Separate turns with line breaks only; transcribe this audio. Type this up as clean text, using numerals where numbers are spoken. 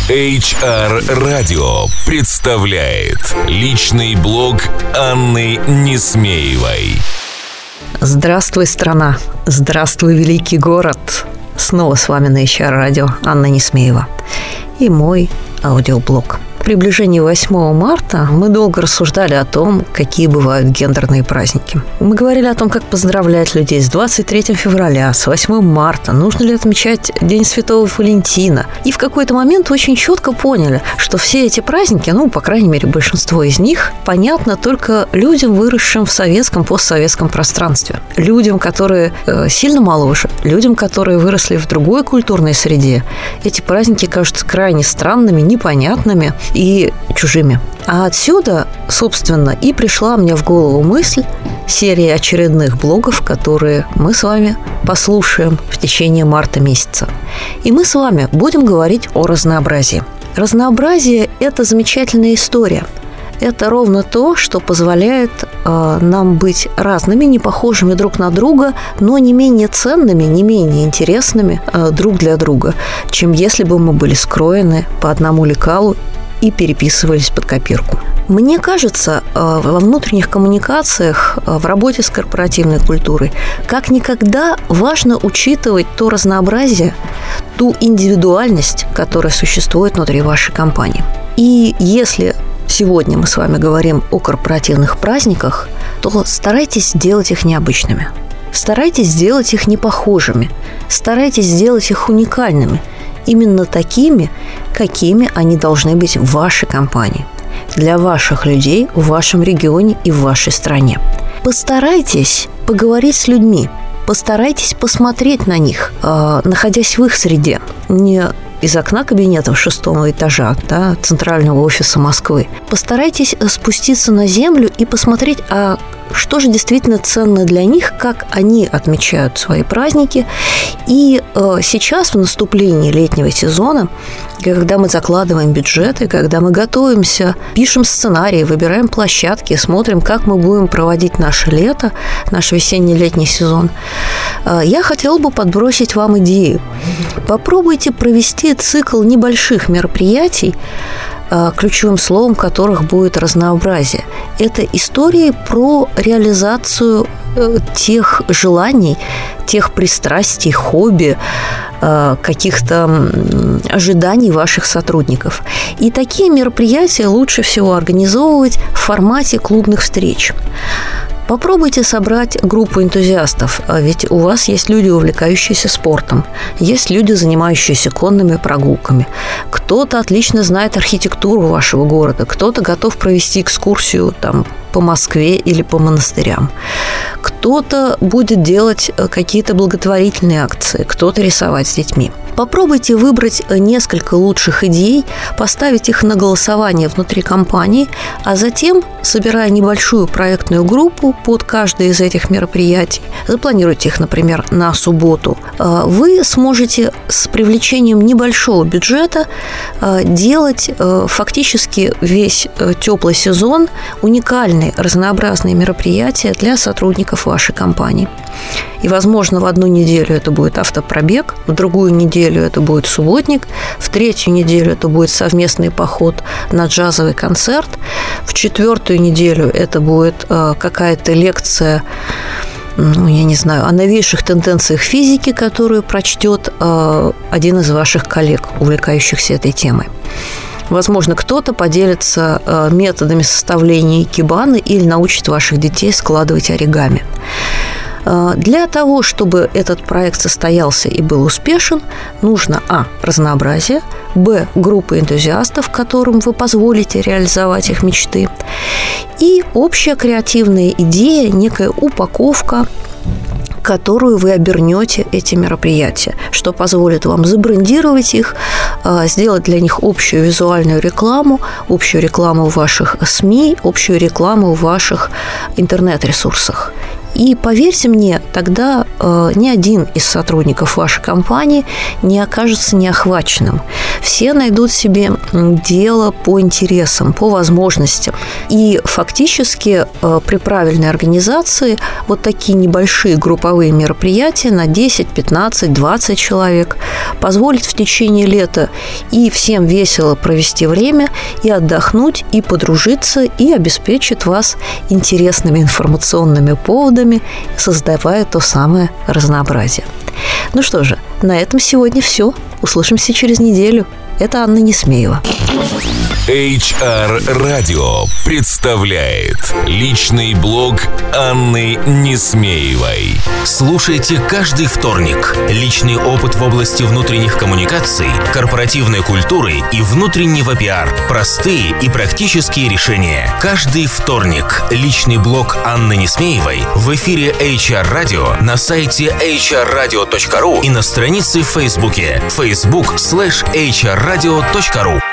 HR Radio представляет личный блог Анны Несмеевой.
Здравствуй, страна! Здравствуй, великий город! Снова с вами на HR Radio Анна Несмеева и мой аудиоблог. В приближении 8 марта мы долго рассуждали о том, какие бывают гендерные праздники. Мы говорили о том, как поздравлять людей с 23 февраля, с 8 марта, нужно ли отмечать День Святого Валентина. И в какой-то момент очень четко поняли, что все эти праздники, по крайней мере, большинство из них, понятно только людям, выросшим в советском, постсоветском пространстве. Людям, которые сильно моложе, людям, которые выросли в другой культурной среде. Эти праздники кажутся крайне странными, непонятными и чужими. А отсюда, собственно, и пришла мне в голову мысль серии очередных блогов, которые мы с вами послушаем в течение марта месяца. И мы с вами будем говорить о разнообразии. Разнообразие – это замечательная история. Это ровно то, что позволяет нам быть разными, не похожими друг на друга, но не менее ценными, не менее интересными друг для друга, чем если бы мы были скроены по одному лекалу и переписывались под копирку. Мне кажется, во внутренних коммуникациях, в работе с корпоративной культурой, как никогда важно учитывать то разнообразие, ту индивидуальность, которая существует внутри вашей компании. И если сегодня мы с вами говорим о корпоративных праздниках, то старайтесь сделать их необычными. Старайтесь сделать их непохожими. Старайтесь сделать их уникальными. Именно такими, какими они должны быть в вашей компании, для ваших людей, в вашем регионе и в вашей стране. Постарайтесь поговорить с людьми, постарайтесь посмотреть на них, находясь в их среде, не из окна кабинета 6-го этажа, центрального офиса Москвы. Постарайтесь спуститься на землю и посмотреть, что же действительно ценно для них, как они отмечают свои праздники. И сейчас, в наступлении летнего сезона, когда мы закладываем бюджеты, когда мы готовимся, пишем сценарии, выбираем площадки, смотрим, как мы будем проводить наше лето, наш весенне-летний сезон, я хотела бы подбросить вам идею. Попробуйте провести цикл небольших мероприятий, ключевым словом которых будет разнообразие. Это истории про реализацию тех желаний, тех пристрастий, хобби, каких-то ожиданий ваших сотрудников. И такие мероприятия лучше всего организовывать в формате клубных встреч. Попробуйте собрать группу энтузиастов, ведь у вас есть люди, увлекающиеся спортом, есть люди, занимающиеся конными прогулками. Кто-то отлично знает архитектуру вашего города, кто-то готов провести экскурсию по Москве или по монастырям. Кто-то будет делать какие-то благотворительные акции, кто-то рисовать с детьми. Попробуйте выбрать несколько лучших идей, поставить их на голосование внутри компании, а затем, собирая небольшую проектную группу под каждое из этих мероприятий, запланируйте их, например, на субботу, вы сможете с привлечением небольшого бюджета делать фактически весь теплый сезон уникальные, разнообразные мероприятия для сотрудников вашей компании. И, возможно, в одну неделю это будет автопробег, в другую неделю это будет субботник, в третью неделю это будет совместный поход на джазовый концерт, в четвертую неделю это будет какая-то лекция, я не знаю, о новейших тенденциях физики, которую прочтет один из ваших коллег, увлекающихся этой темой. Возможно, кто-то поделится методами составления икебаны или научит ваших детей складывать оригами. Для того, чтобы этот проект состоялся и был успешен, нужно разнообразие, группа энтузиастов, которым вы позволите реализовать их мечты, и общая креативная идея, некая упаковка, которую вы обернете эти мероприятия, что позволит вам забрендировать их, сделать для них общую визуальную рекламу в ваших СМИ, общую рекламу в ваших интернет-ресурсах. И поверьте мне, тогда ни один из сотрудников вашей компании не окажется неохваченным. Все найдут себе дело по интересам, по возможностям. И фактически при правильной организации вот такие небольшие групповые мероприятия на 10, 15, 20 человек позволят в течение лета и всем весело провести время, и отдохнуть, и подружиться, и обеспечит вас интересными информационными поводами, создавая то самое разнообразие. Ну что же, на этом сегодня все. Услышимся через неделю. Это Анна Несмеева.
HR Radio представляет личный блог Анны Несмеевой.
Слушайте каждый вторник. Личный опыт в области внутренних коммуникаций, корпоративной культуры и внутреннего пиар. Простые и практические решения. Каждый вторник. Личный блог Анны Несмеевой в эфире HR Radio на сайте hrradio.ru и на странице в Фейсбуке facebook.com/hrradio.ru.